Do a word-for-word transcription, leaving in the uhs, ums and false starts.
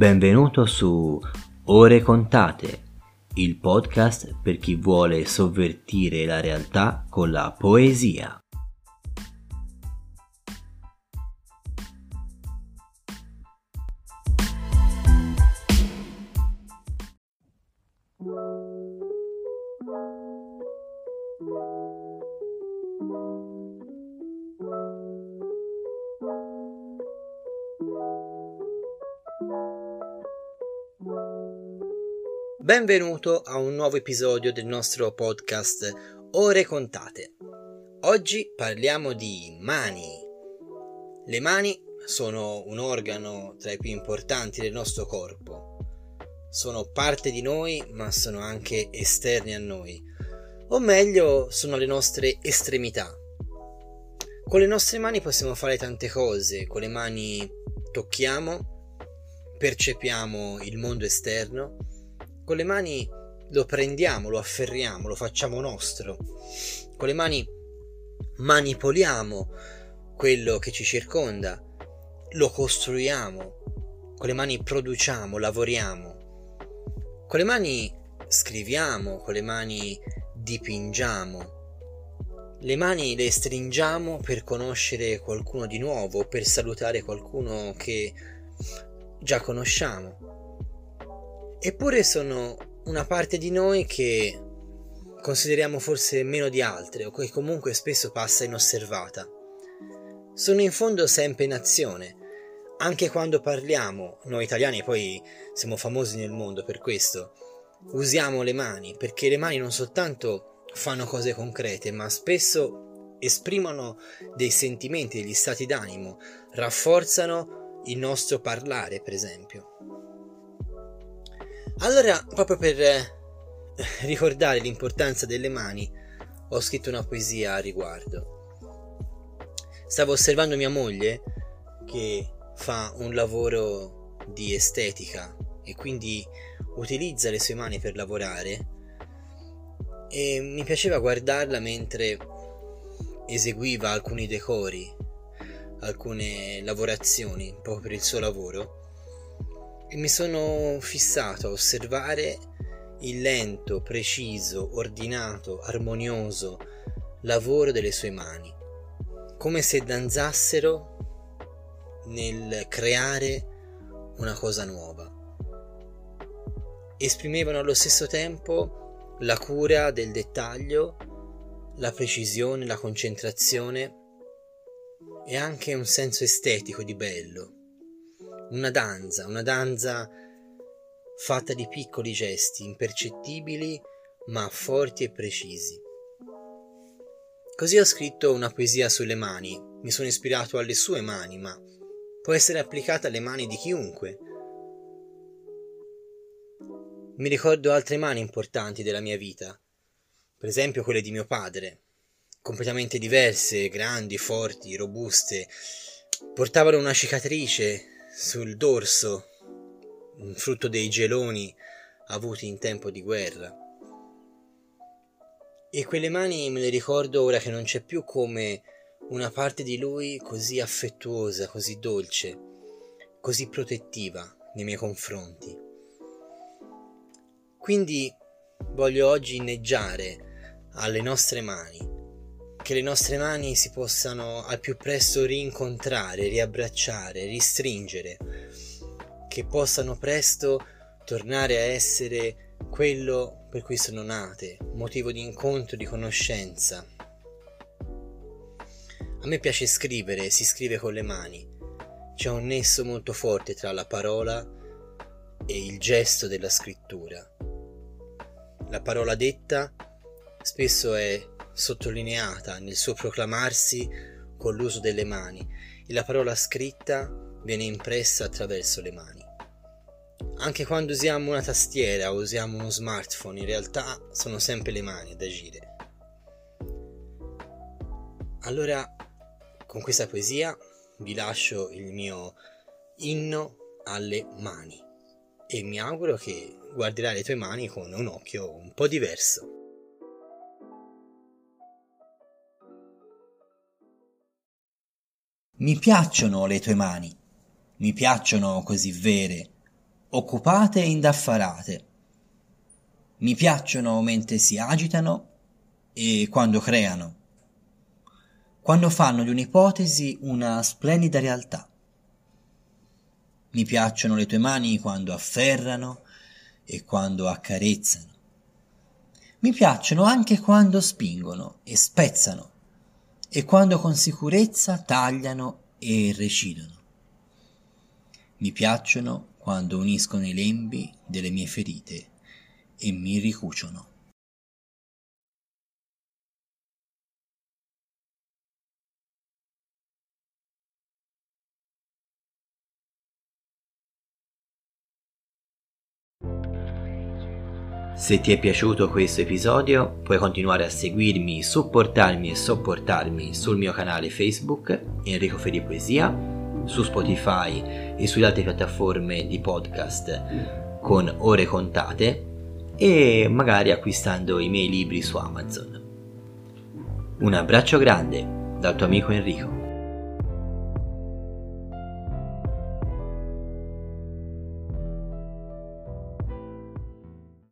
Benvenuto su Ore Contate, il podcast per chi vuole sovvertire la realtà con la poesia. Benvenuto a un nuovo episodio del nostro podcast Ore Contate. Oggi parliamo di mani. Le mani sono un organo tra i più importanti del nostro corpo. Sono parte di noi, ma sono anche esterni a noi. O meglio, sono le nostre estremità. Con le nostre mani possiamo fare tante cose. Con le mani tocchiamo, percepiamo il mondo esterno. Con le mani lo prendiamo, lo afferriamo, lo facciamo nostro. Con le mani manipoliamo quello che ci circonda, lo costruiamo. Con le mani produciamo, lavoriamo. Con le mani scriviamo, con le mani dipingiamo. Le mani le stringiamo per conoscere qualcuno di nuovo, per salutare qualcuno che già conosciamo. Eppure sono una parte di noi che consideriamo forse meno di altre o che comunque spesso passa inosservata. Sono in fondo sempre in azione, anche quando parliamo, noi italiani poi siamo famosi nel mondo per questo, usiamo le mani perché le mani non soltanto fanno cose concrete ma spesso esprimono dei sentimenti, degli stati d'animo, rafforzano il nostro parlare per esempio. Allora, proprio per ricordare l'importanza delle mani, ho scritto una poesia a riguardo. Stavo osservando mia moglie che fa un lavoro di estetica e quindi utilizza le sue mani per lavorare e mi piaceva guardarla mentre eseguiva alcuni decori, alcune lavorazioni proprio per il suo lavoro. E mi sono fissato a osservare il lento, preciso, ordinato, armonioso lavoro delle sue mani, come se danzassero nel creare una cosa nuova. Esprimevano allo stesso tempo la cura del dettaglio, la precisione, la concentrazione e anche un senso estetico di bello. Una danza, una danza fatta di piccoli gesti, impercettibili ma forti e precisi. Così ho scritto una poesia sulle mani, mi sono ispirato alle sue mani, ma può essere applicata alle mani di chiunque. Mi ricordo altre mani importanti della mia vita, per esempio quelle di mio padre, completamente diverse, grandi, forti, robuste, portavano una cicatrice sul dorso, frutto dei geloni avuti in tempo di guerra. E quelle mani me le ricordo ora che non c'è più come una parte di lui così affettuosa, così dolce, così protettiva nei miei confronti. Quindi voglio oggi inneggiare alle nostre mani, che le nostre mani si possano al più presto rincontrare, riabbracciare, ristringere, che possano presto tornare a essere quello per cui sono nate, motivo di incontro, di conoscenza. A me piace scrivere, si scrive con le mani. C'è un nesso molto forte tra la parola e il gesto della scrittura. La parola detta spesso è sottolineata nel suo proclamarsi con l'uso delle mani e la parola scritta viene impressa attraverso le mani. Anche quando usiamo una tastiera o usiamo uno smartphone, in realtà sono sempre le mani ad agire. Allora, con questa poesia vi lascio il mio inno alle mani e mi auguro che guarderai le tue mani con un occhio un po' diverso. Mi piacciono le tue mani, mi piacciono così vere, occupate e indaffarate. Mi piacciono mentre si agitano e quando creano, quando fanno di un'ipotesi una splendida realtà. Mi piacciono le tue mani quando afferrano e quando accarezzano. Mi piacciono anche quando spingono e spezzano e quando con sicurezza tagliano e recidono. Mi piacciono quando uniscono i lembi delle mie ferite e mi ricuciono. Se ti è piaciuto questo episodio, puoi continuare a seguirmi, supportarmi e sopportarmi sul mio canale Facebook, Enrico Feri Poesia, su Spotify e sulle altre piattaforme di podcast con ore contate e magari acquistando i miei libri su Amazon. Un abbraccio grande dal tuo amico Enrico.